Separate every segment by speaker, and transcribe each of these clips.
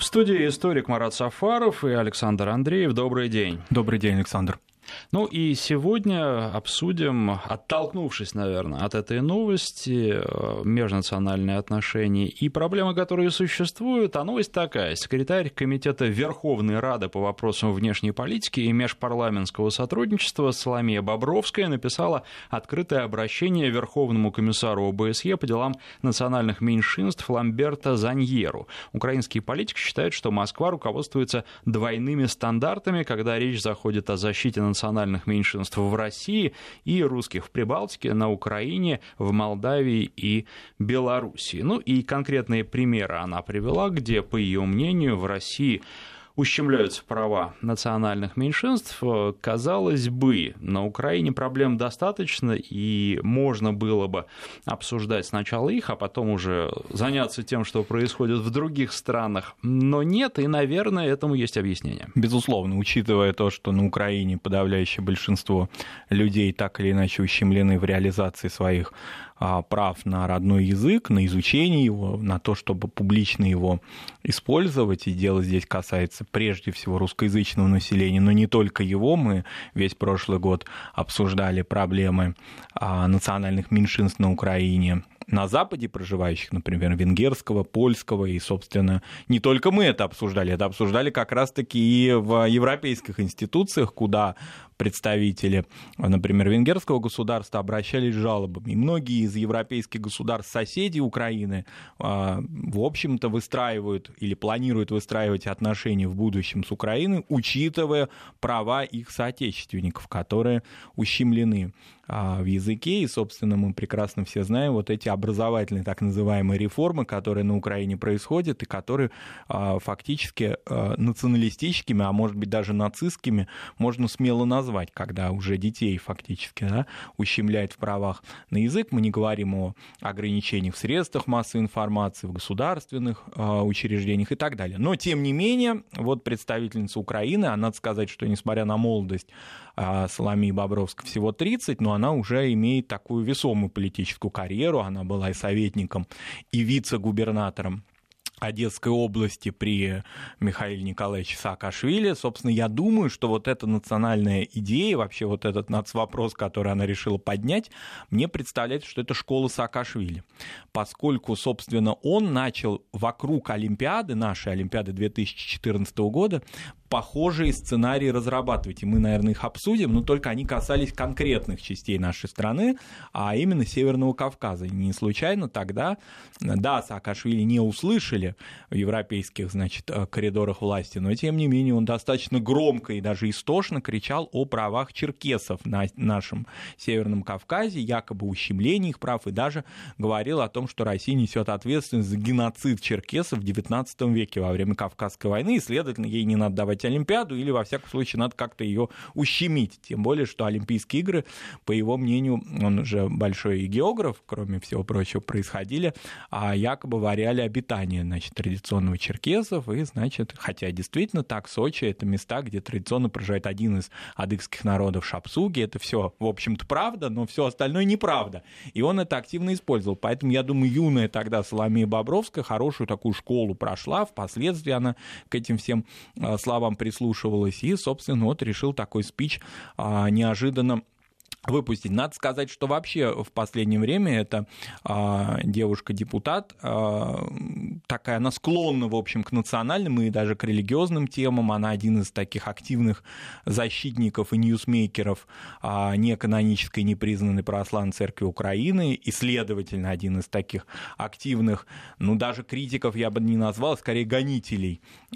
Speaker 1: В студии историк Марат Сафаров и Александр Андреев. Добрый день.
Speaker 2: Добрый день, Александр.
Speaker 1: Ну и сегодня обсудим, оттолкнувшись, наверное, от этой новости, межнациональные отношения и проблемы, которые существуют. А новость такая. Секретарь Комитета Верховной Рады по вопросам внешней политики и межпарламентского сотрудничества Соломея Бобровская написала открытое обращение Верховному комиссару ОБСЕ по делам национальных меньшинств Ламберто Заньеру. Украинские политики считают, что Москва руководствуется двойными стандартами, когда речь заходит о защите национальных меньшинств в России и русских в Прибалтике, на Украине, в Молдавии и Белоруссии. Ну и конкретные примеры она привела, где, по ее мнению, в России ущемляются права национальных меньшинств. Казалось бы, на Украине проблем достаточно, и можно было бы обсуждать сначала их, а потом уже заняться тем, что происходит в других странах. Но нет, и, наверное, этому есть объяснение.
Speaker 2: Безусловно, учитывая то, что на Украине подавляющее большинство людей так или иначе ущемлены в реализации своих прав на родной язык, на изучение его, на то, чтобы публично его использовать. И дело здесь касается прежде всего русскоязычного населения, но не только его. Мы весь прошлый год обсуждали проблемы национальных меньшинств на Украине, на Западе проживающих, например, венгерского, польского, и, собственно, не только мы это обсуждали как раз-таки и в европейских институциях, куда представители, например, венгерского государства обращались с жалобами. И многие из европейских государств, соседей Украины, в общем-то, выстраивают или планируют выстраивать отношения в будущем с Украиной, учитывая права их соотечественников, которые ущемлены в языке. И, собственно, мы прекрасно все знаем вот эти образовательные так называемые реформы, которые на Украине происходят и которые фактически националистическими, а может быть даже нацистскими, можно смело назвать, когда уже детей фактически ущемляют в правах на язык. Мы не говорим о ограничениях в средствах массовой информации, в государственных учреждениях и так далее. Но, тем не менее, вот представительница Украины, а надо сказать, что несмотря на молодость Соломеи Бобровской всего 30, но она уже имеет такую весомую политическую карьеру. Она была и советником, и вице-губернатором Одесской области при Михаиле Николаевиче Саакашвили. Собственно, я думаю, что вот эта национальная идея, вообще вот этот нацвопрос, который она решила поднять, мне представляется, что это школа Саакашвили. Поскольку, собственно, он начал вокруг Олимпиады, нашей Олимпиады 2014 года, похожие сценарии разрабатывать. И мы, наверное, их обсудим, но только они касались конкретных частей нашей страны, а именно Северного Кавказа. И не случайно тогда, да, Саакашвили не услышали в европейских, значит, коридорах власти, но, тем не менее, он достаточно громко и даже истошно кричал о правах черкесов на нашем Северном Кавказе, якобы ущемлении их прав, и даже говорил о том, что Россия несет ответственность за геноцид черкесов в XIX веке во время Кавказской войны, и, следовательно, ей не надо давать Олимпиаду, или, во всяком случае, надо как-то ее ущемить. Тем более, что Олимпийские игры, по его мнению, он уже большой географ, кроме всего прочего, происходили, якобы в ареале обитания, значит, традиционного черкесов, и, значит, хотя действительно так, Сочи — это места, где традиционно проживает один из адыгских народов — шапсуги, это все, в общем-то, правда, но все остальное неправда. И он это активно использовал. Поэтому, я думаю, юная тогда Соломея Бобровская хорошую такую школу прошла, впоследствии она к этим всем словам прислушивалась и, собственно, вот решил такой спич неожиданно выпустить. Надо сказать, что вообще в последнее время эта девушка-депутат такая, она склонна, в общем, к национальным и даже к религиозным темам. Она один из таких активных защитников и ньюсмейкеров неканонической, непризнанной православной церкви Украины, и, следовательно, один из таких активных, ну, даже критиков я бы не назвал, скорее гонителей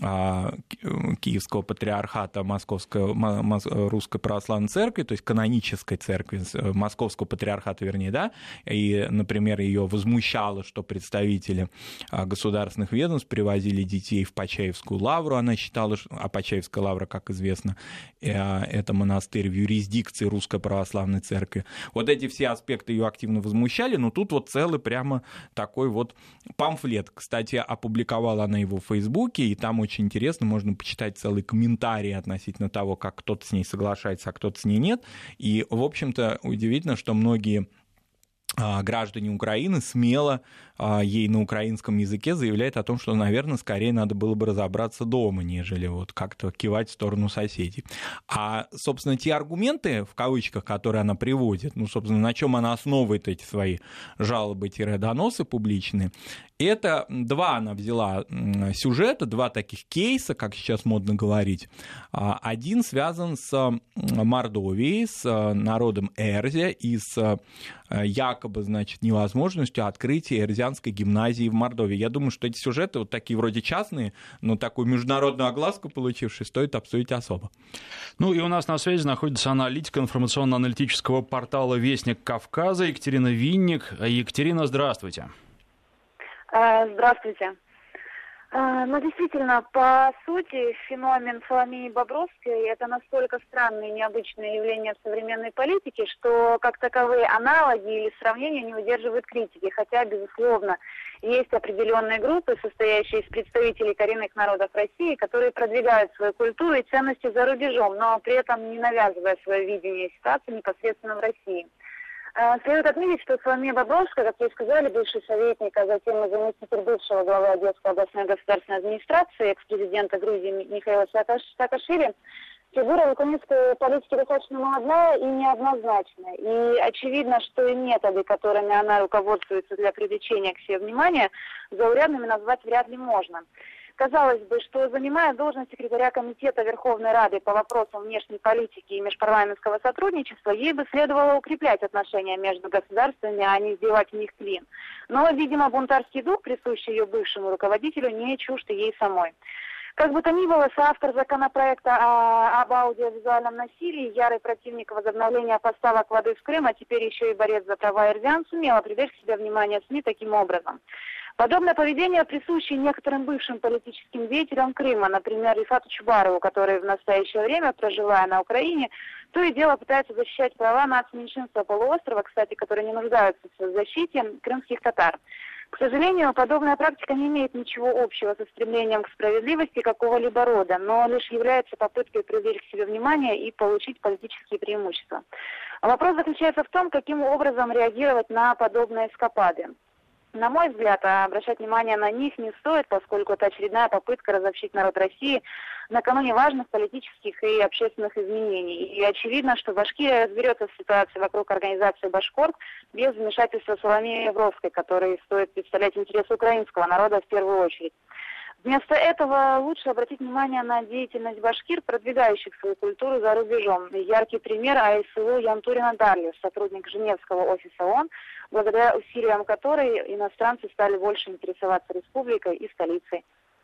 Speaker 2: Киевского патриархата Московской Русской Православной Церкви, то есть канонической церкви, Московского патриархата, вернее, да, и, например, ее возмущало, что представители государственных ведомств привозили детей в Почаевскую лавру, она считала, а Почаевская лавра, как известно, это монастырь в юрисдикции Русской Православной Церкви. Вот эти все аспекты ее активно возмущали, но тут вот целый прямо такой вот памфлет. Кстати, опубликовала она его в Фейсбуке, и там очень интересно, можно почитать целый комментарий относительно того, как кто-то с ней соглашается, а кто-то с ней нет. И, в общем-то, удивительно, что многие граждане Украины смело ей на украинском языке, заявляет о том, что, наверное, скорее надо было бы разобраться дома, нежели вот как-то кивать в сторону соседей. А, собственно, те аргументы, в кавычках, которые она приводит, ну, собственно, на чем она основывает эти свои жалобы-доносы публичные, это два она взяла сюжета, два таких кейса, как сейчас модно говорить. Один связан с Мордовией, с народом Эрзя и с якобы, значит, невозможностью открытия эрзианской гимназии в Мордовии. Я думаю, что эти сюжеты, вот такие вроде частные, но такую международную огласку получившие, стоит обсудить особо.
Speaker 1: Ну и у нас на связи находится аналитик информационно-аналитического портала «Вестник Кавказа» Екатерина Винник. Екатерина, здравствуйте.
Speaker 3: Здравствуйте. Ну, действительно, по сути, феномен Соломеи Бобровской – это настолько странное и необычное явление в современной политике, что как таковые аналоги или сравнения не удерживают критики. Хотя, безусловно, есть определенные группы, состоящие из представителей коренных народов России, которые продвигают свою культуру и ценности за рубежом, но при этом не навязывая свое видение ситуации непосредственно в России. Следует отметить, что Соломея Бобровская, как вы сказали, бывший советник, а затем и заместитель бывшего главы Одесской областной государственной администрации, экс-президента Грузии Михаила Саакашвили, фигура в украинской политике достаточно молодая и неоднозначная. И очевидно, что и методы, которыми она руководствуется для привлечения к себе внимания, заурядными назвать вряд ли можно. Казалось бы, что, занимая должность секретаря Комитета Верховной Рады по вопросам внешней политики и межпарламентского сотрудничества, ей бы следовало укреплять отношения между государствами, а не сбивать в них клин. Но, видимо, бунтарский дух, присущий ее бывшему руководителю, не чужд ей самой. Как бы то ни было, соавтор законопроекта об аудиовизуальном насилии, ярый противник возобновления поставок воды в Крым, а теперь еще и борец за права эрзян, сумела привлечь к себе внимание СМИ таким образом. Подобное поведение присуще некоторым бывшим политическим деятелям Крыма, например, Рифату Чубарову, который в настоящее время, проживая на Украине, то и дело пытается защищать права нацменьшинства полуострова, кстати, которые не нуждаются в защите крымских татар. К сожалению, подобная практика не имеет ничего общего со стремлением к справедливости какого-либо рода, но лишь является попыткой привлечь к себе внимание и получить политические преимущества. Вопрос заключается в том, каким образом реагировать на подобные эскапады. На мой взгляд, обращать внимание на них не стоит, поскольку это очередная попытка разобщить народ России накануне важных политических и общественных изменений. И очевидно, что Башкирия разберется в ситуации вокруг организации «Башкорт» без вмешательства Соломеи Бобровской, которой стоит представлять интересы украинского народа в первую очередь. Вместо этого лучше обратить внимание на деятельность башкир, продвигающих свою культуру за рубежом. Яркий пример Айсулу Янтурина Дарлиус, сотрудник Женевского офиса ООН, благодаря усилиям которой иностранцы стали больше интересоваться республикой и столицей.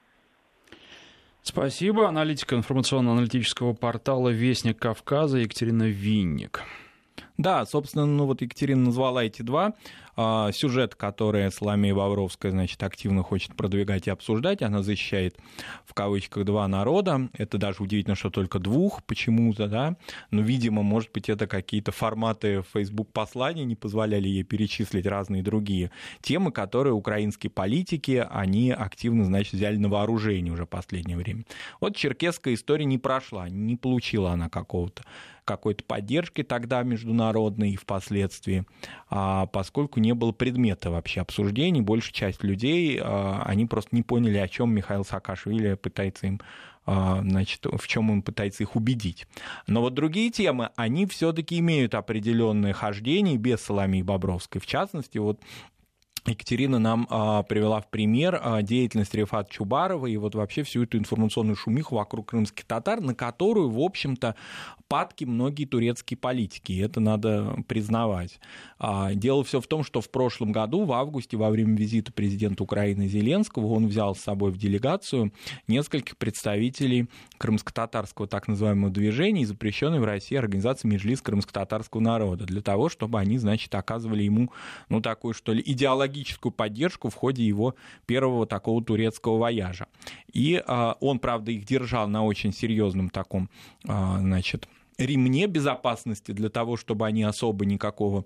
Speaker 1: Спасибо. Аналитик информационно-аналитического портала «Вестник Кавказа» Екатерина Винник.
Speaker 2: Да, собственно, ну вот Екатерина назвала эти два сюжета, которые Соломея Бобровская, значит, активно хочет продвигать и обсуждать. Она защищает, в кавычках, два народа. Это даже удивительно, что только двух почему-то, да. Но, видимо, может быть, это какие-то форматы Facebook-посланий не позволяли ей перечислить разные другие темы, которые украинские политики, они активно, значит, взяли на вооружение уже в последнее время. Вот черкесская история не прошла, не получила она какой-то поддержки тогда международной и впоследствии, поскольку не было предмета вообще обсуждений. Большая часть людей, они просто не поняли, о чем Михаил Саакашвили пытается им, значит, в чем он пытается их убедить. Но вот другие темы, они все-таки имеют определенное хождение без Соломеи Бобровской. В частности, вот Екатерина нам привела в пример деятельность Рифата Чубарова и вот вообще всю эту информационную шумиху вокруг крымских татар, на которую, в общем-то, падки многие турецкие политики, и это надо признавать. Дело все в том, что в прошлом году, в августе, во время визита президента Украины Зеленского, он взял с собой в делегацию нескольких представителей крымско-татарского так называемого движения и запрещенной в России организации Меджлис крымско-татарского народа, для того, чтобы они, значит, оказывали ему, ну, такую, что ли, идеологическую поддержку в ходе его первого такого турецкого вояжа. И он, правда, их держал на очень серьезном таком, значит, ремне безопасности для того, чтобы они особо никакой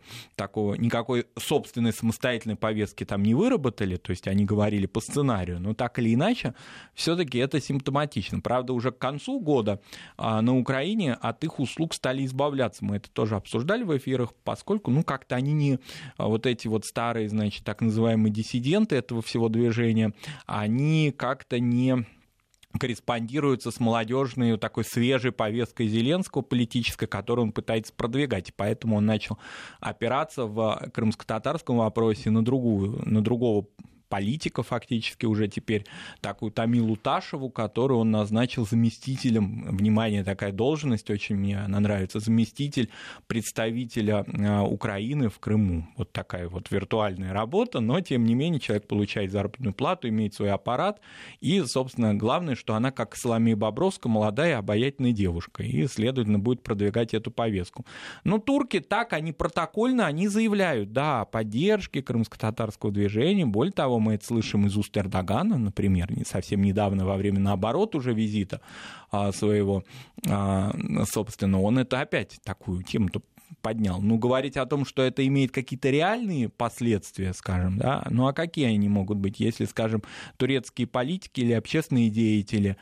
Speaker 2: собственной самостоятельной повестки там не выработали, то есть они говорили по сценарию, но так или иначе, все-таки это симптоматично. Правда, уже к концу года на Украине от их услуг стали избавляться. Мы это тоже обсуждали в эфирах, поскольку, как-то они не вот эти вот старые, значит, так называемые диссиденты этого всего движения, они как-то не корреспондируется с молодежной такой свежей повесткой Зеленского политической, которую он пытается продвигать. Поэтому он начал опираться в крымско-татарском вопросе на другого политика фактически уже теперь, такую Тамилу Ташеву, которую он назначил заместителем, внимание, такая должность, очень мне она нравится, заместитель представителя Украины в Крыму. Вот такая вот виртуальная работа, но тем не менее человек получает заработную плату, имеет свой аппарат, и, собственно, главное, что она, как Соломея Бобровская, молодая и обаятельная девушка, и, следовательно, будет продвигать эту повестку. Но турки так, они протокольно, они заявляют, да, о поддержке крымско-татарского движения, более того, мы это слышим из уст Эрдогана, например, не совсем недавно, во время, наоборот, уже визита своего, собственно, он это опять такую тему-то поднял. Говорить о том, что это имеет какие-то реальные последствия, скажем, да, а какие они могут быть, если, скажем, турецкие политики или общественные деятели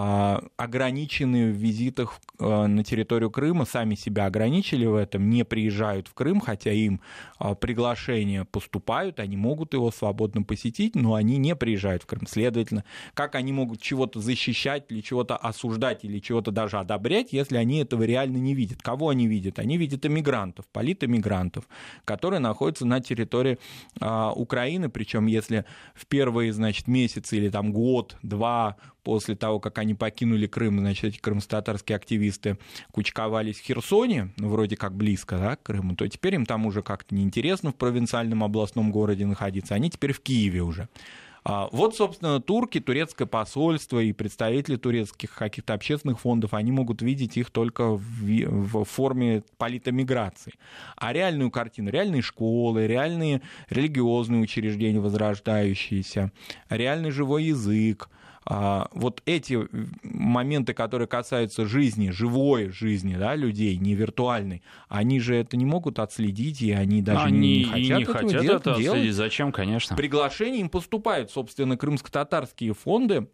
Speaker 2: ограничены в визитах на территорию Крыма, сами себя ограничили в этом, не приезжают в Крым, хотя им приглашения поступают, они могут его свободно посетить, но они не приезжают в Крым. Следовательно, как они могут чего-то защищать или чего-то осуждать или чего-то даже одобрять, если они этого реально не видят? Кого они видят? Они видят мигрантов, политэмигрантов, которые находятся на территории Украины, причем если в первые, значит, месяцы или там год-два после того, как они покинули Крым, значит, эти крымско-татарские активисты кучковались в Херсоне, вроде как близко, да, к Крыму, то теперь им там уже как-то неинтересно в провинциальном областном городе находиться, они теперь в Киеве уже. Вот, собственно, турки, турецкое посольство и представители турецких каких-то общественных фондов, они могут видеть их только в форме политэмиграции. А реальную картину, реальные школы, реальные религиозные учреждения возрождающиеся, реальный живой язык, вот эти моменты, которые касаются жизни, живой жизни, да, людей, не виртуальной, они же это не могут отследить, и они даже не хотят это
Speaker 1: отследить. Зачем, конечно.
Speaker 2: Приглашения им поступают, собственно, крымско-татарские фонды,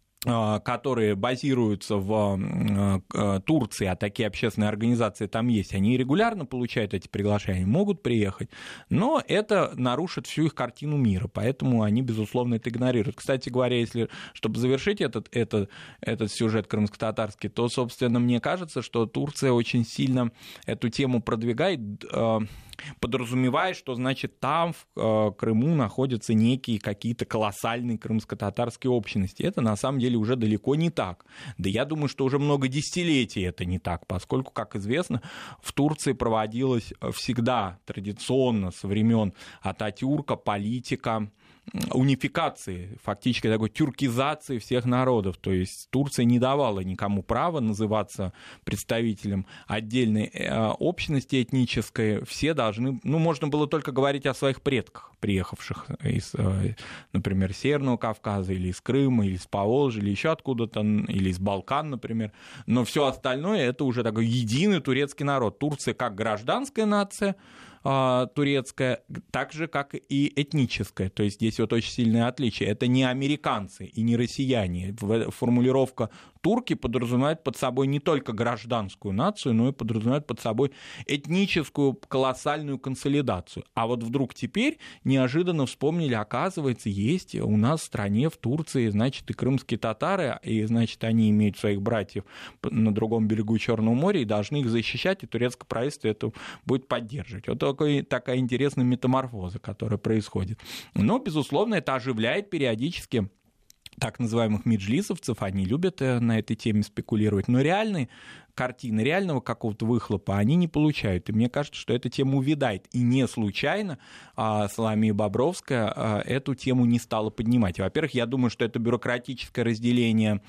Speaker 2: которые базируются в Турции, а такие общественные организации там есть, они регулярно получают эти приглашения, могут приехать, но это нарушит всю их картину мира, поэтому они, безусловно, это игнорируют. Кстати говоря, чтобы завершить этот сюжет крымско-татарский, то, собственно, мне кажется, что Турция очень сильно эту тему продвигает, подразумевая, что, значит, там, в Крыму, находятся некие какие-то колоссальные крымско-татарские общности. Это, на самом деле, уже далеко не так. Да я думаю, что уже много десятилетий это не так, поскольку, как известно, в Турции проводилась всегда традиционно со времен Ататюрка политика унификации, фактически такой тюркизации всех народов. То есть Турция не давала никому права называться представителем отдельной общности этнической. Все должны, можно было только говорить о своих предках, приехавших из, например, Северного Кавказа, или из Крыма, или из Поволжья, или еще откуда-то, или из Балкан, например. Но все остальное — это уже такой единый турецкий народ. Турция как гражданская нация, турецкая, так же, как и этническая. То есть здесь вот очень сильное отличие. Это не американцы и не россияне. Формулировка «турки» подразумевает под собой не только гражданскую нацию, но и подразумевает под собой этническую колоссальную консолидацию. А вот вдруг теперь неожиданно вспомнили, оказывается, есть у нас в стране, в Турции, значит, и крымские татары, и, значит, они имеют своих братьев на другом берегу Черного моря и должны их защищать, и турецкое правительство это будет поддерживать. Вот такая интересная метаморфоза, которая происходит. Но, безусловно, это оживляет периодически так называемых меджлисовцев, они любят на этой теме спекулировать, но реальные картины, реального какого-то выхлопа они не получают. И мне кажется, что эта тема увядает. И не случайно Соломея Бобровская эту тему не стала поднимать. Во-первых, я думаю, что это бюрократическое разделение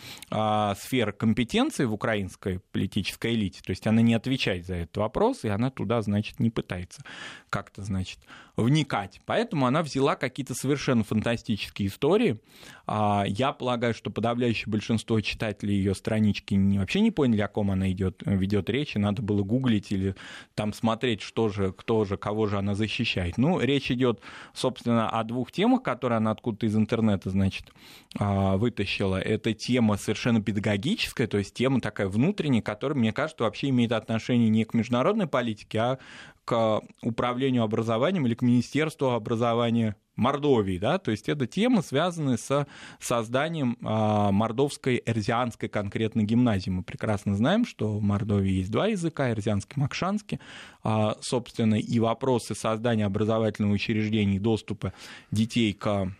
Speaker 2: сфер компетенции в украинской политической элите. То есть она не отвечает за этот вопрос, и она туда, значит, не пытается как-то, значит, вникать. Поэтому она взяла какие-то совершенно фантастические истории. Я полагаю, что подавляющее большинство читателей ее странички вообще не поняли, о ком она идет ведет речь, и надо было гуглить или там смотреть, кого же она защищает. Ну, речь идет, собственно, о двух темах, которые она откуда-то из интернета, значит, вытащила. Это тема совершенно педагогическая, то есть тема такая внутренняя, которая, мне кажется, вообще имеет отношение не к международной политике, а к управлению образованием или к Министерству образования Мордовии, да, то есть это темы, связанные с созданием мордовской эрзианской конкретно гимназии. Мы прекрасно знаем, что в Мордовии есть два языка, эрзианский и макшанский, собственно, и вопросы создания образовательного учреждения и доступа детей к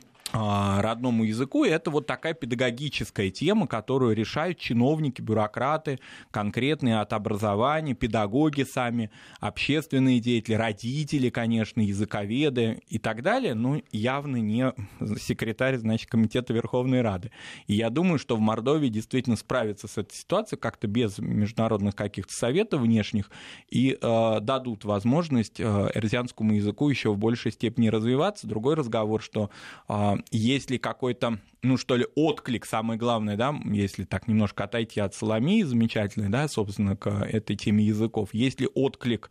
Speaker 2: родному языку, и это вот такая педагогическая тема, которую решают чиновники, бюрократы, конкретные от образования, педагоги сами, общественные деятели, родители, конечно, языковеды и так далее, но явно не секретарь, значит, Комитета Верховной Рады. И я думаю, что в Мордовии действительно справятся с этой ситуацией как-то без международных каких-то советов внешних и дадут возможность эрзианскому языку еще в большей степени развиваться. Другой разговор, что есть ли какой-то, отклик, самое главное, да, если так немножко отойти от Саламии замечательной, да, собственно, к этой теме языков, есть ли отклик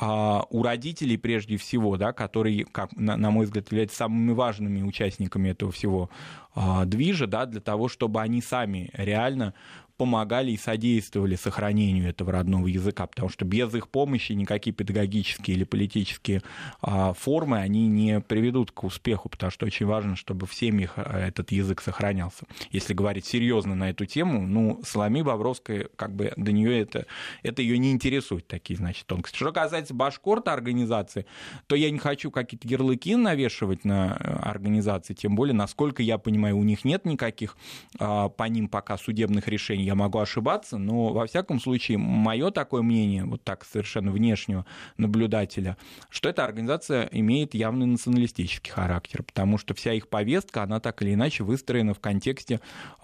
Speaker 2: у родителей прежде всего, да, которые, на мой взгляд, являются самыми важными участниками этого всего движа, да, для того, чтобы они сами реально помогали и содействовали сохранению этого родного языка, потому что без их помощи никакие педагогические или политические формы, они не приведут к успеху, потому что очень важно, чтобы в семьях этот язык сохранялся. Если говорить серьезно на эту тему, Салами Бобровская, как бы до нее это ее не интересует, такие, значит, тонкости. Что касается Башкорта организации, то я не хочу какие-то ярлыки навешивать на организации, тем более, насколько я понимаю, у них нет никаких по ним пока судебных решений. Я могу ошибаться, но, во всяком случае, мое такое мнение, вот так совершенно внешнего наблюдателя, что эта организация имеет явный националистический характер, потому что вся их повестка, она так или иначе выстроена в контексте,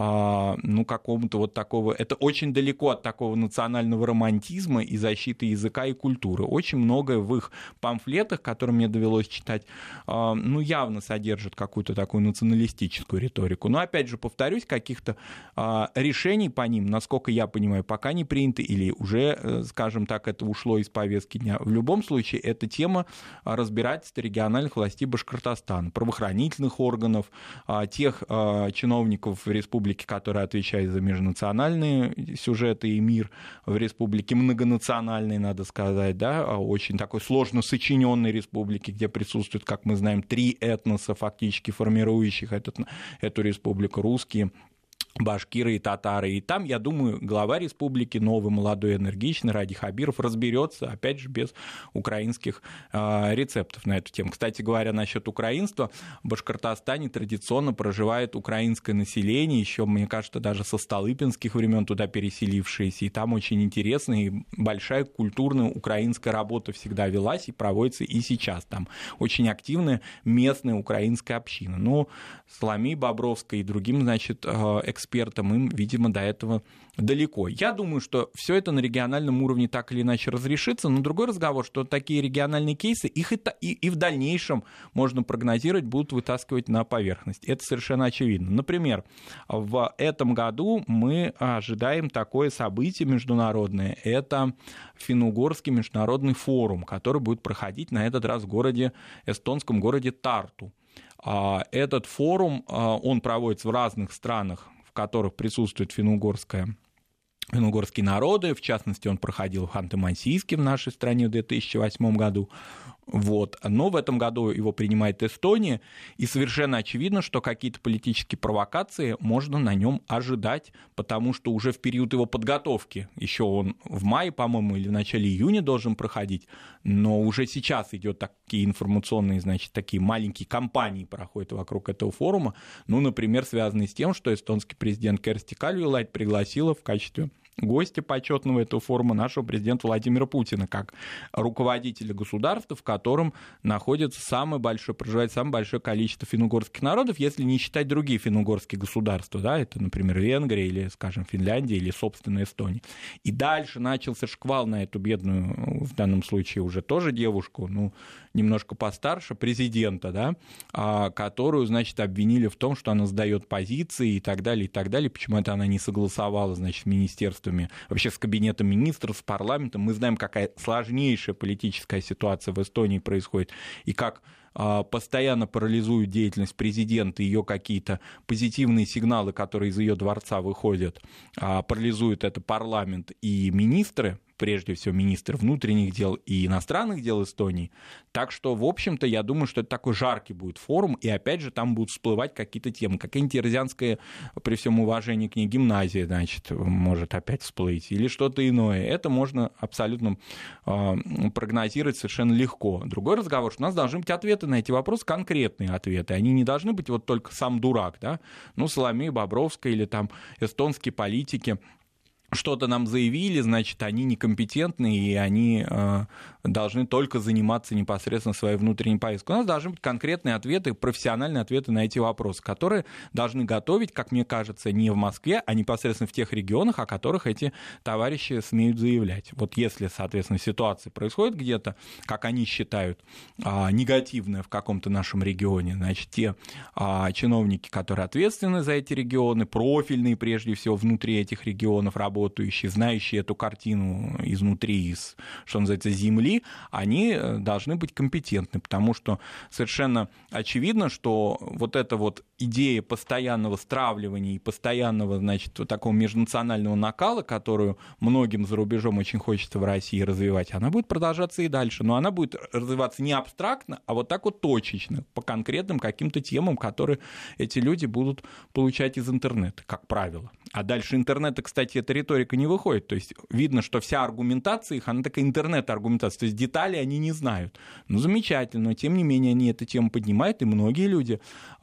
Speaker 2: какого-то вот такого... Это очень далеко от такого национального романтизма и защиты языка и культуры. Очень многое в их памфлетах, которые мне довелось читать, явно содержит какую-то такую националистическую риторику. Но, опять же, повторюсь, каких-то решений по ним, насколько я понимаю, пока не принято или уже, скажем так, это ушло из повестки дня. В любом случае, эта тема разбирательства региональных властей Башкортостана, правоохранительных органов, тех чиновников в республике, которые отвечают за межнациональные сюжеты и мир в республике, многонациональной, надо сказать, да, очень такой сложно сочиненной республике, где присутствуют, как мы знаем, 3 этноса, фактически формирующих эту республику: русские, башкиры и татары. И там, я думаю, глава республики, новый, молодой, энергичный Ради Хабиров разберется, опять же, без украинских рецептов на эту тему. Кстати говоря, насчет украинства, в Башкортостане традиционно проживает украинское население, еще, мне кажется, даже со столыпинских времен туда переселившиеся, и там очень интересная и большая культурная украинская работа всегда велась и проводится и сейчас. Там очень активная местная украинская община. Но Салами Бобровской и другим, значит, экспертам им, видимо, до этого далеко. Я думаю, что все это на региональном уровне так или иначе разрешится, но другой разговор, что такие региональные кейсы, их и в дальнейшем можно прогнозировать, будут вытаскивать на поверхность. Это совершенно очевидно. Например, в этом году мы ожидаем такое событие международное. Это Финно-Угорский международный форум, который будет проходить на этот раз в эстонском городе Тарту. Этот форум, он проводится в разных странах, в которых присутствуют финно-угорские народы. В частности, он проходил в Ханты-Мансийске в нашей стране в 2008 году. Но в этом году его принимает Эстония, и совершенно очевидно, что какие-то политические провокации можно на нем ожидать, потому что уже в период его подготовки, еще он в мае, по-моему, или в начале июня должен проходить, но уже сейчас идет такие информационные, значит, такие маленькие кампании проходят вокруг этого форума, например, связанные с тем, что эстонский президент Керсти Кальюлайд пригласила в качестве гостя почетного этого форума нашего президента Владимира Путина, как руководителя государства, в котором проживает самое большое количество финно-угорских народов, если не считать другие финно-угорские государства, да, это, например, Венгрия или, скажем, Финляндия или, собственно, Эстония. И дальше начался шквал на эту бедную, в данном случае уже тоже девушку, немножко постарше, президента, да, которую, значит, обвинили в том, что она сдает позиции и так далее, почему-то она не согласовала, значит, Министерство министерствами, вообще с кабинетом министров, с парламентом. Мы знаем, какая сложнейшая политическая ситуация в Эстонии происходит, и как постоянно парализуют деятельность президента, ее какие-то позитивные сигналы, которые из ее дворца выходят, парализуют это парламент и министры, прежде всего министр внутренних дел и иностранных дел Эстонии. Так что, в общем-то, я думаю, что это такой жаркий будет форум, и опять же там будут всплывать какие-то темы. Какая-нибудь Терзианская, при всем уважении к ней, гимназия, значит, может опять всплыть, или что-то иное. Это можно абсолютно прогнозировать совершенно легко. Другой разговор, что у нас должны быть ответы на эти вопросы, конкретные ответы. Они не должны быть вот только сам дурак, да? Ну, Соломея Бобровская или там эстонские политики что-то нам заявили, значит, они некомпетентны, и они должны только заниматься непосредственно своей внутренней повесткой. У нас должны быть конкретные ответы, профессиональные ответы на эти вопросы, которые должны готовить, как мне кажется, не в Москве, а непосредственно в тех регионах, о которых эти товарищи смеют заявлять. Вот если, соответственно, ситуация происходит где-то, как они считают, негативная в каком-то нашем регионе, значит, те чиновники, которые ответственны за эти регионы, профильные, прежде всего, внутри этих регионов, работающие, знающие эту картину изнутри, из, что называется, земли, они должны быть компетентны, потому что совершенно очевидно, что вот эта вот идея постоянного стравливания и постоянного, значит, вот такого межнационального накала, которую многим за рубежом очень хочется в России развивать, она будет продолжаться и дальше, но она будет развиваться не абстрактно, а вот так вот точечно, по конкретным каким-то темам, которые эти люди будут получать из интернета, как правило. А дальше интернета, кстати, эта риторика не выходит. То есть видно, что вся аргументация их, она такая интернет-аргументация. То есть детали они не знают. Ну, замечательно, но тем не менее они эту тему поднимают, и многие люди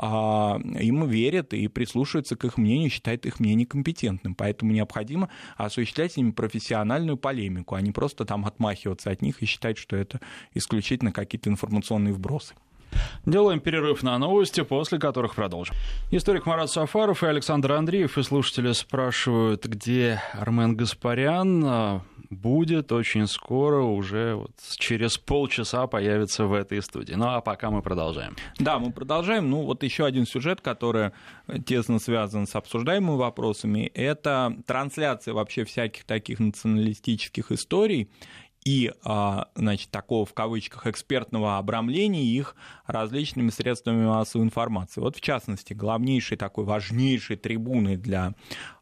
Speaker 2: им верят и прислушиваются к их мнению, считают их мнение компетентным. Поэтому необходимо осуществлять с ними профессиональную полемику, а не просто там отмахиваться от них и считать, что это исключительно какие-то информационные вбросы.
Speaker 1: Делаем перерыв на новости, после которых продолжим. Историк Марат Сафаров и Александр Андреев, и слушатели спрашивают, где Армен Гаспарян. Будет очень скоро, уже вот через полчаса появится в этой студии. Ну а пока мы продолжаем.
Speaker 2: Да, мы продолжаем. Ну вот еще один сюжет, который тесно связан с обсуждаемыми вопросами, это трансляция вообще всяких таких националистических историй и, значит, такого, в кавычках, экспертного обрамления их различными средствами массовой информации. Вот, в частности, главнейшей такой важнейшей трибуной для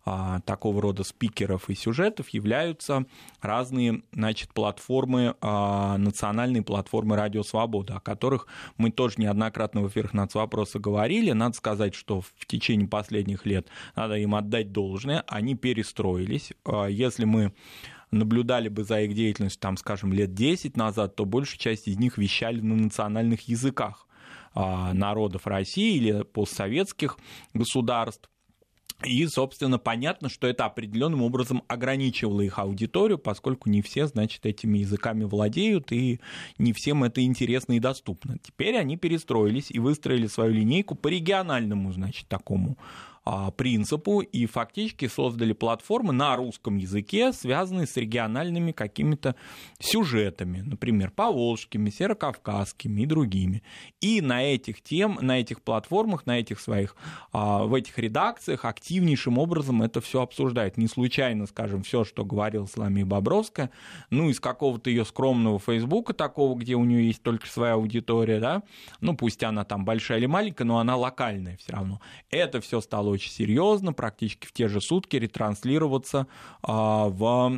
Speaker 2: такого рода спикеров и сюжетов являются разные, значит, платформы, национальные платформы «Радио Свобода», о которых мы тоже неоднократно в эфирах «Нацвопроса» говорили. Надо сказать, что в течение последних лет надо им отдать должное, они перестроились. Если мы наблюдали бы за их деятельностью, там, скажем, лет 10 назад, то большая часть из них вещали на национальных языках народов России или постсоветских государств. И, собственно, понятно, что это определенным образом ограничивало их аудиторию, поскольку не все, значит, этими языками владеют, и не всем это интересно и доступно. Теперь они перестроились и выстроили свою линейку по региональному, значит, такому принципу, и фактически создали платформы на русском языке, связанные с региональными какими-то сюжетами, например, поволжскими, северокавказскими и другими. И на этих на этих платформах, на этих своих, в этих редакциях активнейшим образом это все обсуждают. Не случайно, скажем, все, что говорила Соломея Бобровская, ну, из какого-то ее скромного Фейсбука такого, где у нее есть только своя аудитория, да, ну, пусть она там большая или маленькая, но она локальная все равно. Это все стало очень серьезно, практически в те же сутки ретранслироваться вот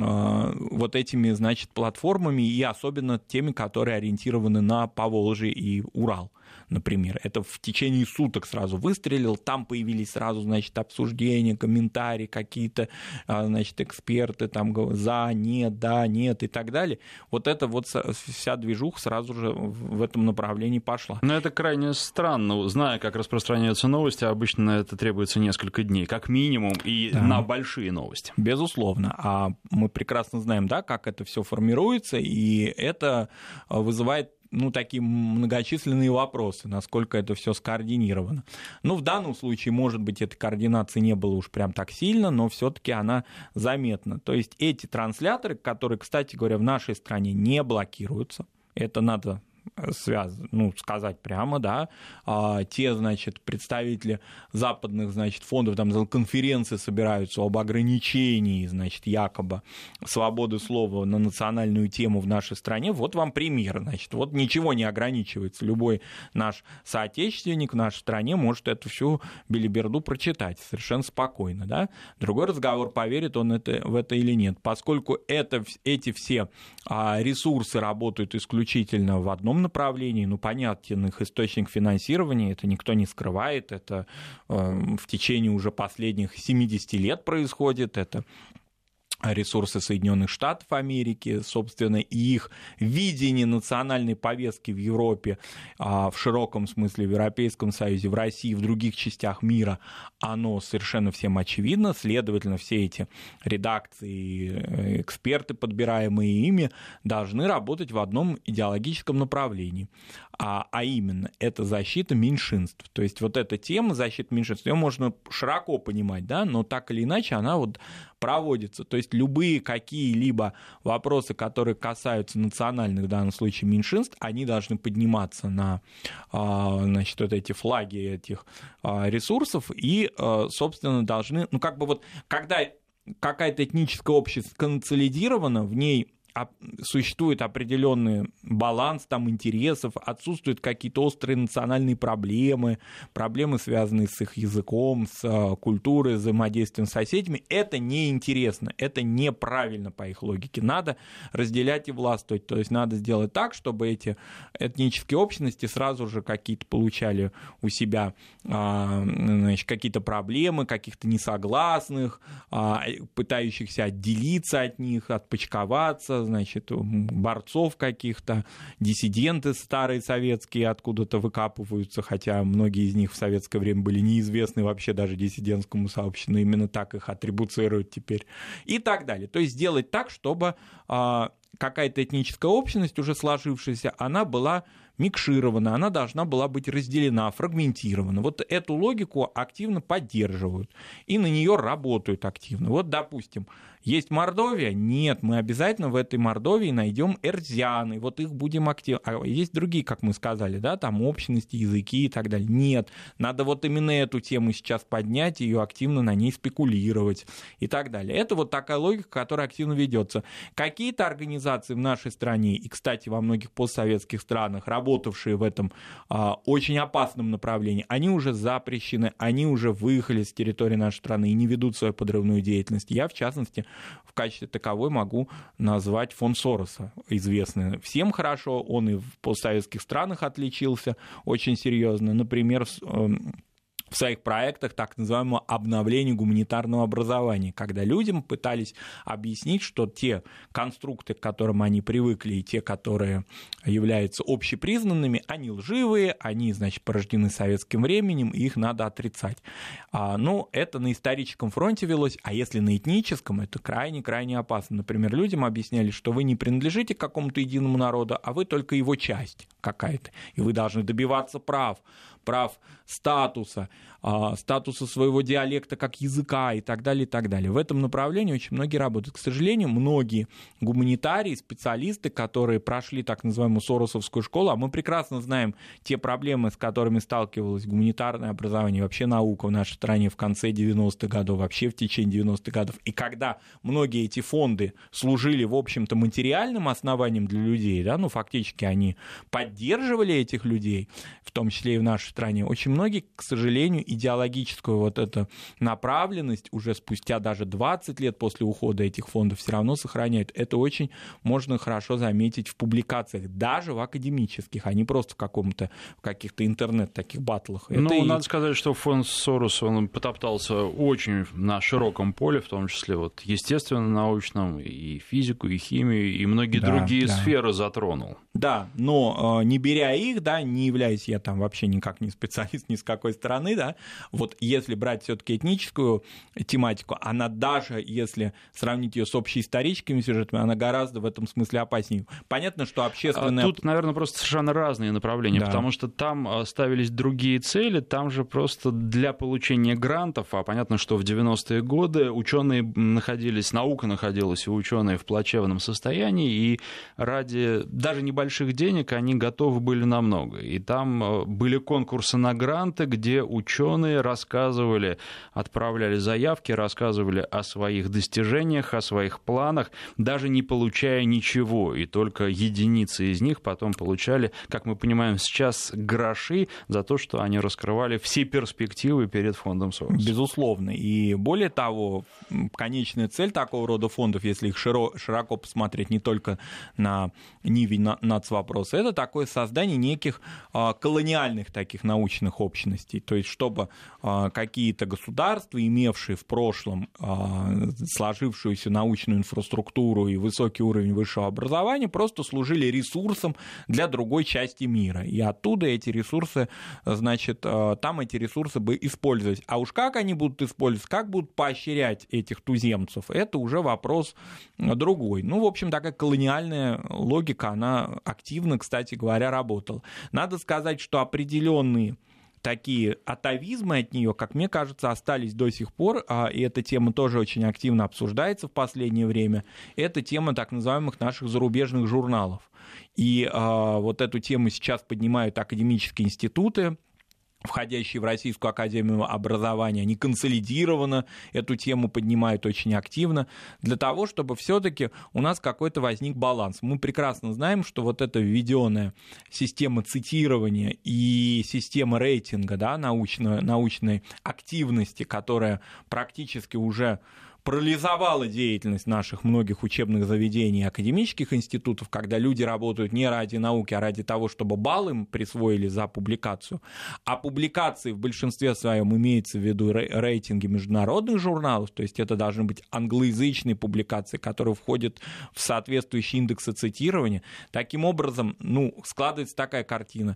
Speaker 2: этими, значит, платформами, и особенно теми, которые ориентированы на Поволжье и Урал, например. Это в течение суток сразу выстрелил, там появились сразу, значит, обсуждения, комментарии какие-то, значит, эксперты там за, нет, да, нет и так далее. Вот это вот вся движуха сразу же в этом направлении пошла.
Speaker 1: Но это крайне странно, зная, как распространяются новости, обычно на это требуется несколько дней, как минимум, и да, на большие новости.
Speaker 2: Безусловно. А мы прекрасно знаем, да, как это все формируется, и это вызывает, ну, такие многочисленные вопросы, насколько это все скоординировано. Ну, в данном случае, может быть, этой координации не было уж прям так сильно, но все-таки она заметна. То есть эти трансляторы, которые, кстати говоря, в нашей стране не блокируются, это надо сказать прямо, да, те, значит, представители западных, значит, фондов, там конференции собираются об ограничении, значит, якобы свободы слова на национальную тему в нашей стране. Вот вам пример, значит, вот ничего не ограничивается. Любой наш соотечественник в нашей стране может эту всю белиберду прочитать совершенно спокойно, да. Другой разговор, поверит он в это или нет. Поскольку эти все ресурсы работают исключительно в одном направлении, понятен их источник финансирования, это никто не скрывает, это в течение уже последних 70 лет происходит, это ресурсы Соединенных Штатов Америки, собственно, и их видение национальной повестки в Европе, в широком смысле в Европейском Союзе, в России, в других частях мира, оно совершенно всем очевидно, следовательно, все эти редакции, эксперты, подбираемые ими, должны работать в одном идеологическом направлении, а именно, это защита меньшинств. То есть вот эта тема защиты меньшинств, ее можно широко понимать, да, но так или иначе она вот проводится. То есть любые какие-либо вопросы, которые касаются национальных, в данном случае, меньшинств, они должны подниматься на, значит, вот эти флаги этих ресурсов и, собственно, должны, когда какая-то этническая общность консолидирована, в ней существует определенный баланс там интересов, отсутствуют какие-то острые национальные проблемы, связанные с их языком, с культурой, взаимодействием с соседями. Это неинтересно, это неправильно по их логике. Надо разделять и властвовать, то есть надо сделать так, чтобы эти этнические общности сразу же какие-то получали у себя, значит, какие-то проблемы, каких-то несогласных, пытающихся отделиться от них, отпочковаться, значит, борцов каких-то, диссиденты старые советские откуда-то выкапываются, хотя многие из них в советское время были неизвестны вообще даже диссидентскому сообществу, но именно так их атрибуцируют теперь, и так далее. То есть сделать так, чтобы какая-то этническая общность, уже сложившаяся, она была микширована, она должна была быть разделена, фрагментирована. Вот эту логику активно поддерживают и на нее работают активно. Вот, допустим, есть Мордовия? Нет, мы обязательно в этой Мордовии найдем эрзианы, вот их будем активно. А есть другие, как мы сказали, да, там общности, языки и так далее. Нет, надо вот именно эту тему сейчас поднять, ее активно на ней спекулировать и так далее. Это вот такая логика, которая активно ведется. Какие-то организации в нашей стране, и, кстати, во многих постсоветских странах, работавшие в этом очень опасном направлении, они уже запрещены, они уже выехали с территории нашей страны и не ведут свою подрывную деятельность. Я, в частности, в качестве таковой могу назвать фонд Сороса, известный всем хорошо, он и в постсоветских странах отличился очень серьезно. Например, в своих проектах так называемого обновления гуманитарного образования, когда людям пытались объяснить, что те конструкты, к которым они привыкли, и те, которые являются общепризнанными, они лживые, они, значит, порождены советским временем, и их надо отрицать. Ну, это на историческом фронте велось, а если на этническом, это крайне-крайне опасно. Например, людям объясняли, что вы не принадлежите к какому-то единому народу, а вы только его часть какая-то, и вы должны добиваться прав статуса своего диалекта как языка и так далее, и так далее. В этом направлении очень многие работают. К сожалению, многие гуманитарии, специалисты, которые прошли так называемую Соросовскую школу, а мы прекрасно знаем те проблемы, с которыми сталкивалось гуманитарное образование, вообще наука в нашей стране в конце 90-х годов, вообще в течение 90-х годов. И когда многие эти фонды служили, в общем-то, материальным основанием для людей, да, фактически они поддерживали этих людей, в том числе и в нашей стране, очень многие, к сожалению, идеологическую вот эту направленность уже спустя даже 20 лет после ухода этих фондов все равно сохраняют. Это очень можно хорошо заметить в публикациях, даже в академических, а не просто в каких-то интернет-таких баттлах.
Speaker 1: Надо сказать, что фонд Сороса, он потоптался очень на широком поле, в том числе вот естественно-научном, и физику, и химию, и многие другие сферы затронул.
Speaker 2: Да, но не беря их, да, не являюсь я там вообще никак не специалист ни с какой стороны, да, вот если брать все-таки этническую тематику, она даже, если сравнить ее с общеисторическими сюжетами, она гораздо в этом смысле опаснее. Понятно, что общественное...
Speaker 1: Тут, наверное, просто совершенно разные направления, да. Потому что там ставились другие цели, там же просто для получения грантов, а понятно, что в 90-е годы наука находилась, и ученые в плачевном состоянии, и ради даже небольших денег они готовы были на много. И там были конкурсы на гранты, где ученые рассказывали, отправляли заявки, рассказывали о своих достижениях, о своих планах, даже не получая ничего. И только единицы из них потом получали, как мы понимаем сейчас, гроши за то, что они раскрывали все перспективы перед фондом Сороса.
Speaker 2: Безусловно. И более того, конечная цель такого рода фондов, если их широко посмотреть не только на ниве нацвопроса, это такое создание неких колониальных таких научных общностей. То есть, чтобы какие-то государства, имевшие в прошлом сложившуюся научную инфраструктуру и высокий уровень высшего образования, просто служили ресурсом для другой части мира. И оттуда эти ресурсы, значит, там эти ресурсы бы использовать. А уж как они будут использовать, как будут поощрять этих туземцев, это уже вопрос другой. Ну, в общем, такая колониальная логика, она активно, кстати говоря, работала. Надо сказать, что определенные такие атавизмы от нее, как мне кажется, остались до сих пор, и эта тема тоже очень активно обсуждается в последнее время, это тема так называемых наших зарубежных журналов. И вот эту тему сейчас поднимают академические институты, входящие в Российскую академию образования, они консолидированно эту тему поднимают очень активно, для того, чтобы все-таки у нас какой-то возник баланс. Мы прекрасно знаем, что вот эта введенная система цитирования и система рейтинга, да, научной активности, которая практически уже парализовала деятельность наших многих учебных заведений и академических институтов, когда люди работают не ради науки, а ради того, чтобы баллы им присвоили за публикацию. А публикации в большинстве своем имеется в виду рейтинги международных журналов, то есть это должны быть англоязычные публикации, которые входят в соответствующие индексы цитирования. Таким образом, складывается такая картина.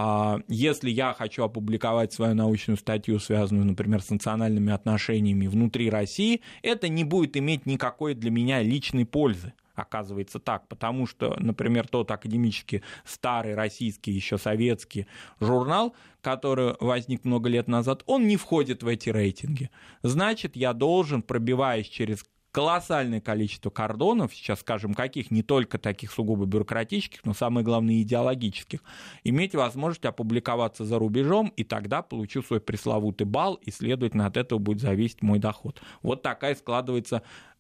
Speaker 2: Если я хочу опубликовать свою научную статью, связанную, например, с национальными отношениями внутри России, это не будет иметь никакой для меня личной пользы. Оказывается так, потому что, например, тот академический старый российский, еще советский журнал, который возник много лет назад, он не входит в эти рейтинги. Значит, я должен, пробиваясь через колоссальное количество кордонов, сейчас скажем, каких, не только таких сугубо бюрократических, но самое главное идеологических, иметь возможность опубликоваться за рубежом, и тогда получу свой пресловутый балл, и, следовательно, от этого будет зависеть мой доход. Вот такая складывается,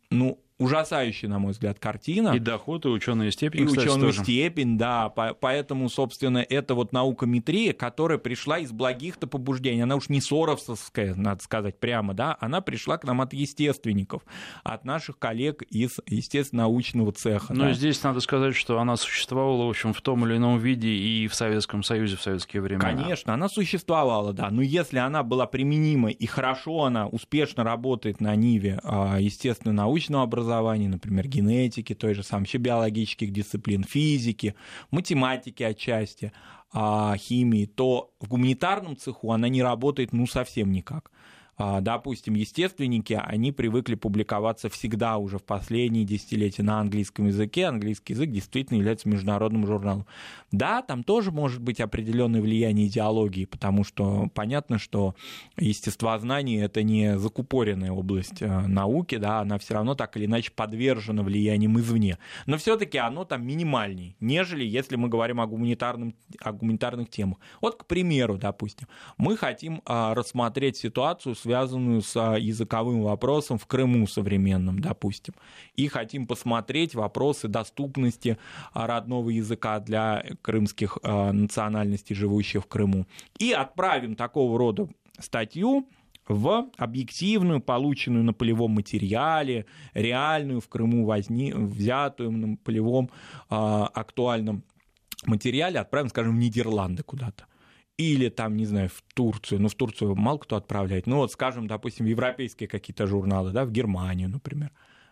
Speaker 2: ужасающая, на мой взгляд, картина.
Speaker 1: И доход, и ученая степень,
Speaker 2: и
Speaker 1: кстати,
Speaker 2: ученую
Speaker 1: тоже.
Speaker 2: степень, да. Поэтому, собственно, это вот наукометрия, которая пришла из благих-то побуждений. Она уж не соросовская, надо сказать прямо, да. Она пришла к нам от естественников, от наших коллег из, естественно, научного цеха.
Speaker 1: Но
Speaker 2: да.
Speaker 1: Здесь надо сказать, что она существовала, в общем, в том или ином виде и в Советском Союзе в советские времена.
Speaker 2: Конечно, она существовала, да. Но если она была применима и хорошо она успешно работает на ниве, естественно, научного образования, например, генетики, той же самой, вообще биологических дисциплин, физики, математики отчасти, химии, то в гуманитарном цеху она не работает совсем никак. Допустим, естественники, они привыкли публиковаться всегда уже в последние десятилетия на английском языке. Английский язык действительно является международным журналом. Да, там тоже может быть определенное влияние идеологии, потому что понятно, что естествознание — это не закупоренная область науки, да, она все равно так или иначе подвержена влияниям извне. Но все-таки оно там минимальнее, нежели если мы говорим о гуманитарных темах. Вот, к примеру, допустим, мы хотим рассмотреть ситуацию, связанную с языковым вопросом в Крыму современном, допустим, и хотим посмотреть вопросы доступности родного языка для крымских национальностей, живущих в Крыму, и отправим такого рода статью в объективную, полученную на полевом материале, реальную в Крыму взятую на полевом актуальном материале, отправим, скажем, в Нидерланды куда-то. Или там, не знаю, в Турцию, в Турцию мало кто отправляет, скажем, допустим, в европейские какие-то журналы, да, в Германию, например.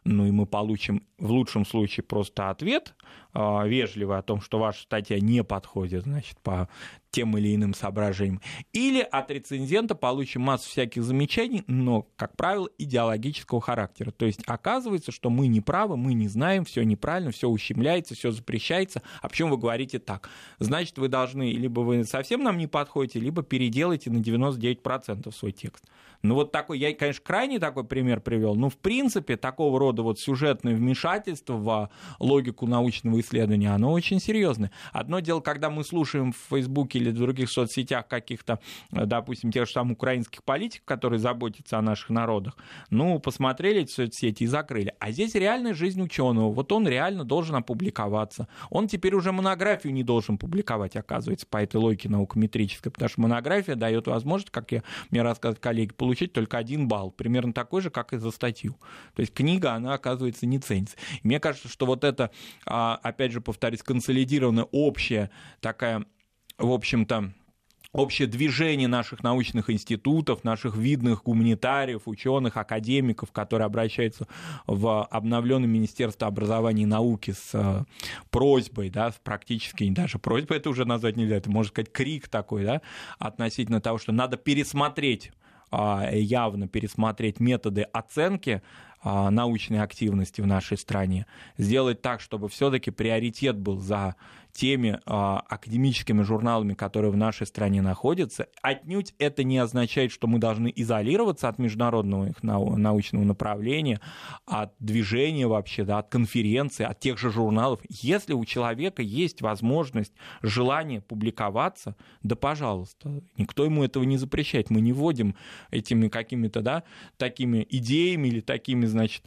Speaker 2: ну и мы получим в лучшем случае просто ответ вежливый о том, что ваша статья не подходит, значит, по тем или иным соображениям. Или от рецензента получим массу всяких замечаний, но, как правило, идеологического характера. То есть оказывается, что мы не правы, мы не знаем, все неправильно, все ущемляется, все запрещается. А почему вы говорите так? Значит, вы должны, либо вы совсем нам не подходите, либо переделайте на 99% свой текст. Ну вот такой, я, конечно, крайне такой пример привел, но в принципе такого рода вот сюжетное вмешательство в логику научного исследования, оно очень серьезное. Одно дело, когда мы слушаем в Фейсбуке или в других соцсетях каких-то, допустим, тех же самых украинских политиков, которые заботятся о наших народах, ну, посмотрели эти соцсети и закрыли. А здесь реальная жизнь ученого, вот он реально должен опубликоваться. Он теперь уже монографию не должен публиковать, оказывается, по этой логике наукометрической, потому что монография дает возможность, как мне рассказывают коллеги, получить только 1 балл, примерно такой же, как и за статью. То есть книга, она, оказывается, не ценится. И мне кажется, что вот это, опять же, повторюсь, консолидированная общая такая, в общем-то, общее движение наших научных институтов, наших видных гуманитариев, ученых, академиков, которые обращаются в обновленное Министерство образования и науки с просьбой, да, практически даже просьбой это уже назвать нельзя, это, можно сказать, крик такой, да, относительно того, что надо пересмотреть, явно пересмотреть методы оценки научной активности в нашей стране, сделать так, чтобы все-таки приоритет был за теми академическими журналами, которые в нашей стране находятся. Отнюдь это не означает, что мы должны изолироваться от международного их научного направления, от движения вообще, да, от конференций, от тех же журналов. Если у человека есть возможность, желание публиковаться, да пожалуйста, никто ему этого не запрещает. Мы не вводим этими какими-то, да, такими идеями или такими, значит,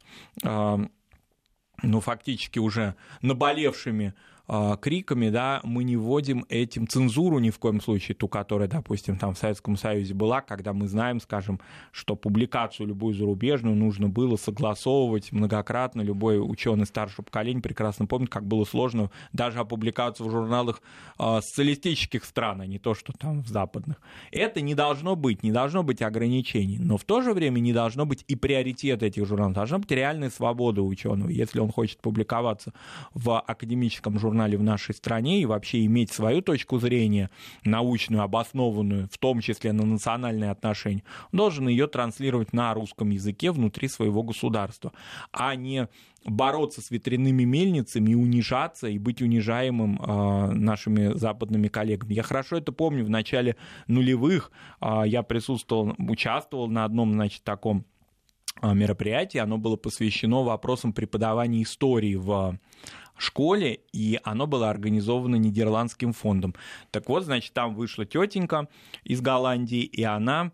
Speaker 2: ну, фактически уже наболевшими криками, да, мы не вводим этим цензуру ни в коем случае, ту, которая, допустим, там в Советском Союзе была, когда мы знаем, скажем, что публикацию любую зарубежную нужно было согласовывать многократно. Любой ученый старшего поколения прекрасно помнит, как было сложно даже опубликоваться в журналах социалистических стран, а не то, что там в западных. Это не должно быть ограничений, но в то же время не должно быть и приоритета этих журналов, должна быть реальная свобода ученого. Если он хочет публиковаться в академическом журнале в нашей стране и вообще иметь свою точку зрения научную, обоснованную, в том числе на национальные отношения, он должен ее транслировать на русском языке внутри своего государства, а не бороться с ветряными мельницами и унижаться, и быть унижаемым нашими западными коллегами. Я хорошо это помню, в начале нулевых я участвовал на одном, значит, таком мероприятии, оно было посвящено вопросам преподавания истории в школе, и оно было организовано Нидерландским фондом. Так вот, значит, там вышла тетенька из Голландии, и она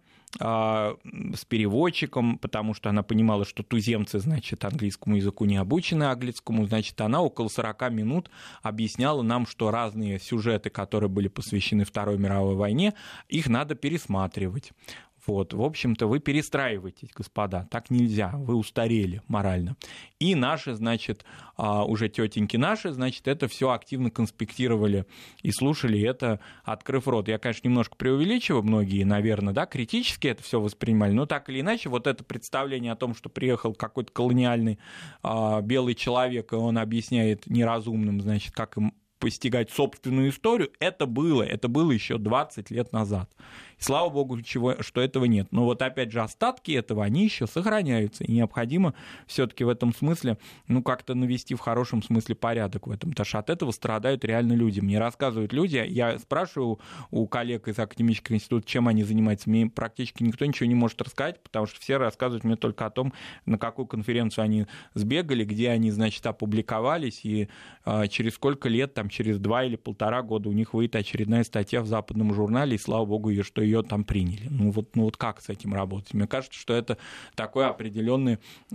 Speaker 2: с переводчиком, потому что она понимала, что туземцы, значит, английскому языку не обучены, английскому, значит, она около 40 минут объясняла нам, что разные сюжеты, которые были посвящены Второй мировой войне, их надо пересматривать. Вот, в общем-то, вы перестраиваетесь, господа, так нельзя, вы устарели морально. И наши, значит, уже тетеньки наши, значит, это все активно конспектировали и слушали это, открыв рот. Я, конечно, немножко преувеличиваю, многие, наверное, да, критически это все воспринимали, но так или иначе, вот это представление о том, что приехал какой-то колониальный белый человек, и он объясняет неразумным, значит, как им постигать собственную историю, это было еще 20 лет назад. И слава богу, что этого нет. Но вот опять же остатки этого, они еще сохраняются. И необходимо все-таки в этом смысле, ну, как-то навести в хорошем смысле порядок в этом. Потому что от этого страдают реально люди. Мне рассказывают люди, я спрашиваю у коллег из академического института, чем они занимаются. Мне практически никто ничего не может рассказать, потому что все рассказывают мне только о том, на какую конференцию они сбегали, где они, значит, опубликовались, и через сколько лет, там, через 2 или 1,5 года у них выйдет очередная статья в западном журнале, и слава богу, что ее там приняли. Ну вот как с этим работать? Мне кажется, что это такой определенный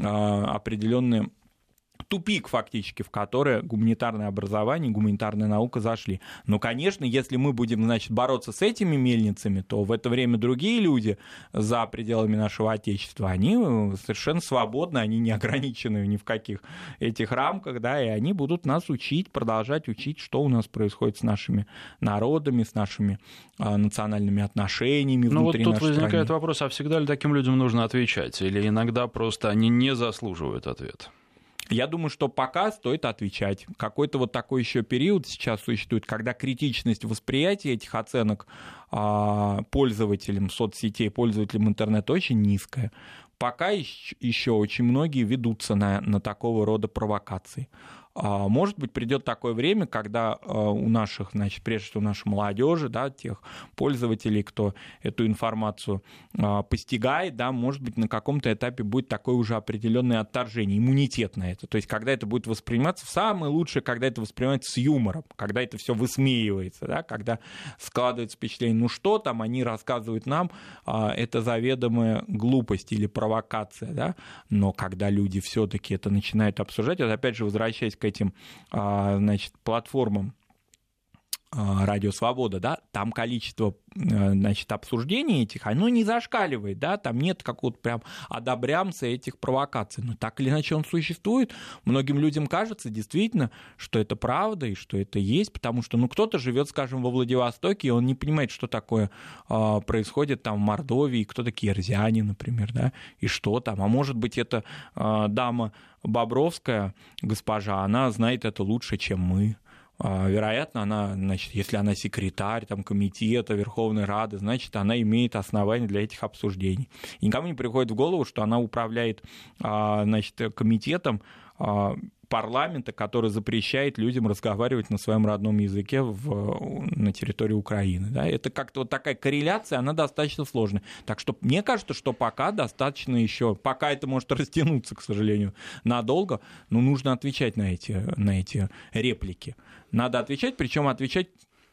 Speaker 2: тупик фактически, в который гуманитарное образование, гуманитарная наука зашли. Но, конечно, если мы будем, значит, бороться с этими мельницами, то в это время другие люди за пределами нашего Отечества, они совершенно свободны, они не ограничены ни в каких этих рамках, да, и они будут нас учить, продолжать учить, что у нас происходит с нашими народами, с нашими национальными отношениями внутри нашей страны.
Speaker 1: Ну вот тут возникает вопрос, а всегда ли таким людям нужно отвечать? Или иногда просто они не заслуживают ответа?
Speaker 2: Я думаю, что пока стоит отвечать. Какой-то вот такой еще период сейчас существует, когда критичность восприятия этих оценок пользователям соцсетей, пользователям интернета очень низкая. Пока еще очень многие ведутся на такого рода провокации. Может быть, придет такое время, когда у наших, значит, прежде всего нашей молодежи, да, тех пользователей, кто эту информацию постигает, да, может быть, на каком-то этапе будет такое уже определенное отторжение, иммунитет на это. То есть, когда это будет восприниматься, самое лучшее, когда это воспринимается с юмором, когда это все высмеивается, да, когда складывается впечатление, ну что там, они рассказывают нам, это заведомая глупость или провокация, да, но когда люди все-таки это начинают обсуждать, вот опять же, возвращаясь к этим, значит, платформам Радио Свобода, да, там количество, значит, обсуждений этих, оно не зашкаливает, да, там нет какого-то прям одобрямца этих провокаций, но так или иначе он существует. Многим людям кажется действительно, что это правда и что это есть, потому что, ну, кто-то живет, скажем, во Владивостоке, и он не понимает, что такое происходит там в Мордовии, кто такие арзяне, например, да, и что там, а может быть, это дама Бобровская, госпожа, она знает это лучше, чем мы. Вероятно, она, значит, если она секретарь там, комитета Верховной Рады, значит, она имеет основания для этих обсуждений. И никому не приходит в голову, что она управляет, значит, комитетом парламента, который запрещает людям разговаривать на своем родном языке на территории Украины. Да? Это как-то вот такая корреляция, она достаточно сложная. Так что мне кажется, что пока достаточно еще, пока это может растянуться, к сожалению, надолго, но нужно отвечать на эти реплики. Надо отвечать, причем отвечать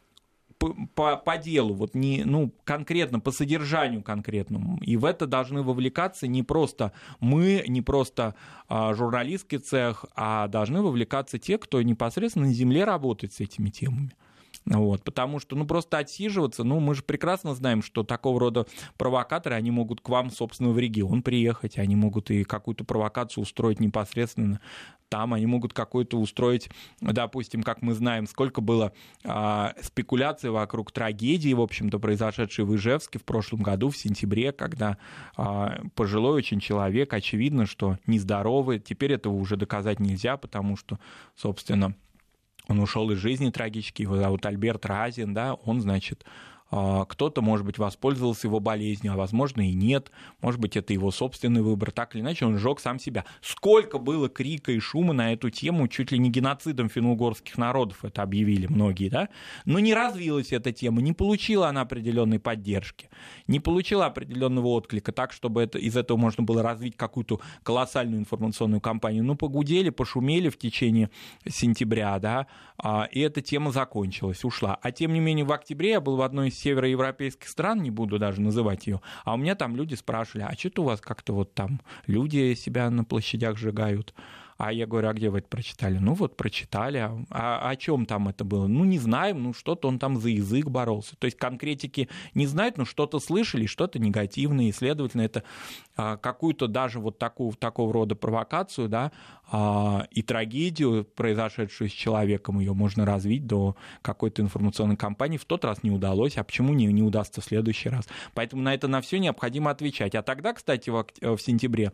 Speaker 2: по делу, вот не, ну, конкретно, по содержанию конкретному. И в это должны вовлекаться не просто мы, не просто журналистский цех, а должны вовлекаться те, кто непосредственно на земле работает с этими темами. Вот, потому что, ну, просто отсиживаться, ну, мы же прекрасно знаем, что такого рода провокаторы, они могут к вам, собственно, в регион приехать, они могут и какую-то провокацию устроить непосредственно там, они могут какую-то устроить, допустим, как мы знаем, сколько было спекуляций вокруг трагедии, в общем-то, произошедшей в Ижевске в прошлом году, в сентябре, когда пожилой очень человек, очевидно, что нездоровый, теперь этого уже доказать нельзя, потому что, собственно, он ушел из жизни трагически, его зовут Альберт Разин, да, он, значит, кто-то, может быть, воспользовался его болезнью, а возможно и нет, может быть, это его собственный выбор, так или иначе он сжег сам себя. Сколько было крика и шума на эту тему, чуть ли не геноцидом финно-угорских народов это объявили многие, да, но не развилась эта тема, не получила она определенной поддержки, не получила определенного отклика, так, чтобы из этого можно было развить какую-то колоссальную информационную кампанию. Ну, погудели, пошумели в течение сентября, да, и эта тема закончилась, ушла. А тем не менее, в октябре я был в одной из североевропейских стран, не буду даже называть ее, а у меня там люди спрашивали, а что-то у вас как-то вот там люди себя на площадях сжигают? А я говорю, а где вы это прочитали? Ну вот прочитали. А о чем там это было? Ну не знаем, ну что-то он там за язык боролся. То есть конкретики не знают, но что-то слышали, что-то негативное, и, следовательно, это какую-то даже вот такого рода провокацию, да, и трагедию, произошедшую с человеком, ее можно развить до какой-то информационной кампании. В тот раз не удалось, а почему не удастся в следующий раз? Поэтому на все необходимо отвечать. А тогда, кстати, в сентябре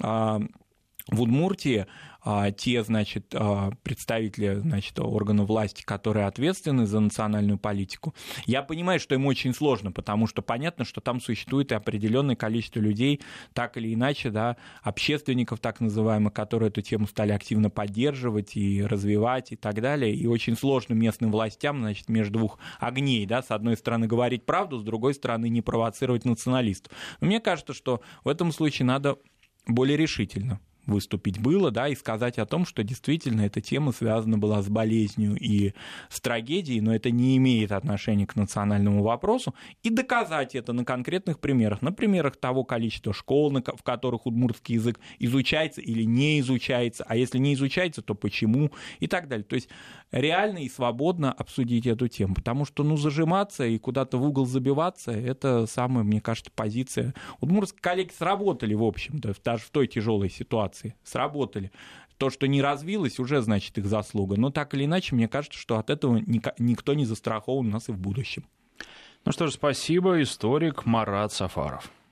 Speaker 2: в Удмуртии те, значит, представители, значит, органов власти, которые ответственны за национальную политику, я понимаю, что им очень сложно, потому что понятно, что там существует и определенное количество людей, так или иначе, да, общественников так называемых, которые эту тему стали активно поддерживать и развивать и так далее, и очень сложно местным властям, значит, между двух огней, да, с одной стороны говорить правду, с другой стороны не провоцировать националистов. Но мне кажется, что в этом случае надо более решительно выступить было, да, и сказать о том, что действительно эта тема связана была с болезнью и с трагедией, но это не имеет отношения к национальному вопросу, и доказать это на конкретных примерах, на примерах того количества школ, в которых удмуртский язык изучается или не изучается, а если не изучается, то почему, и так далее. То есть реально и свободно обсудить эту тему, потому что, ну, зажиматься и куда-то в угол забиваться, это самая, мне кажется, позиция. Удмуртские коллеги сработали, в общем-то, даже в той тяжелой ситуации, сработали. То, что не развилось, уже, значит, их заслуга. Но так или иначе, мне кажется, что от этого никто не застрахован у нас и в будущем.
Speaker 1: Ну что ж, спасибо. Историк Марат Сафаров.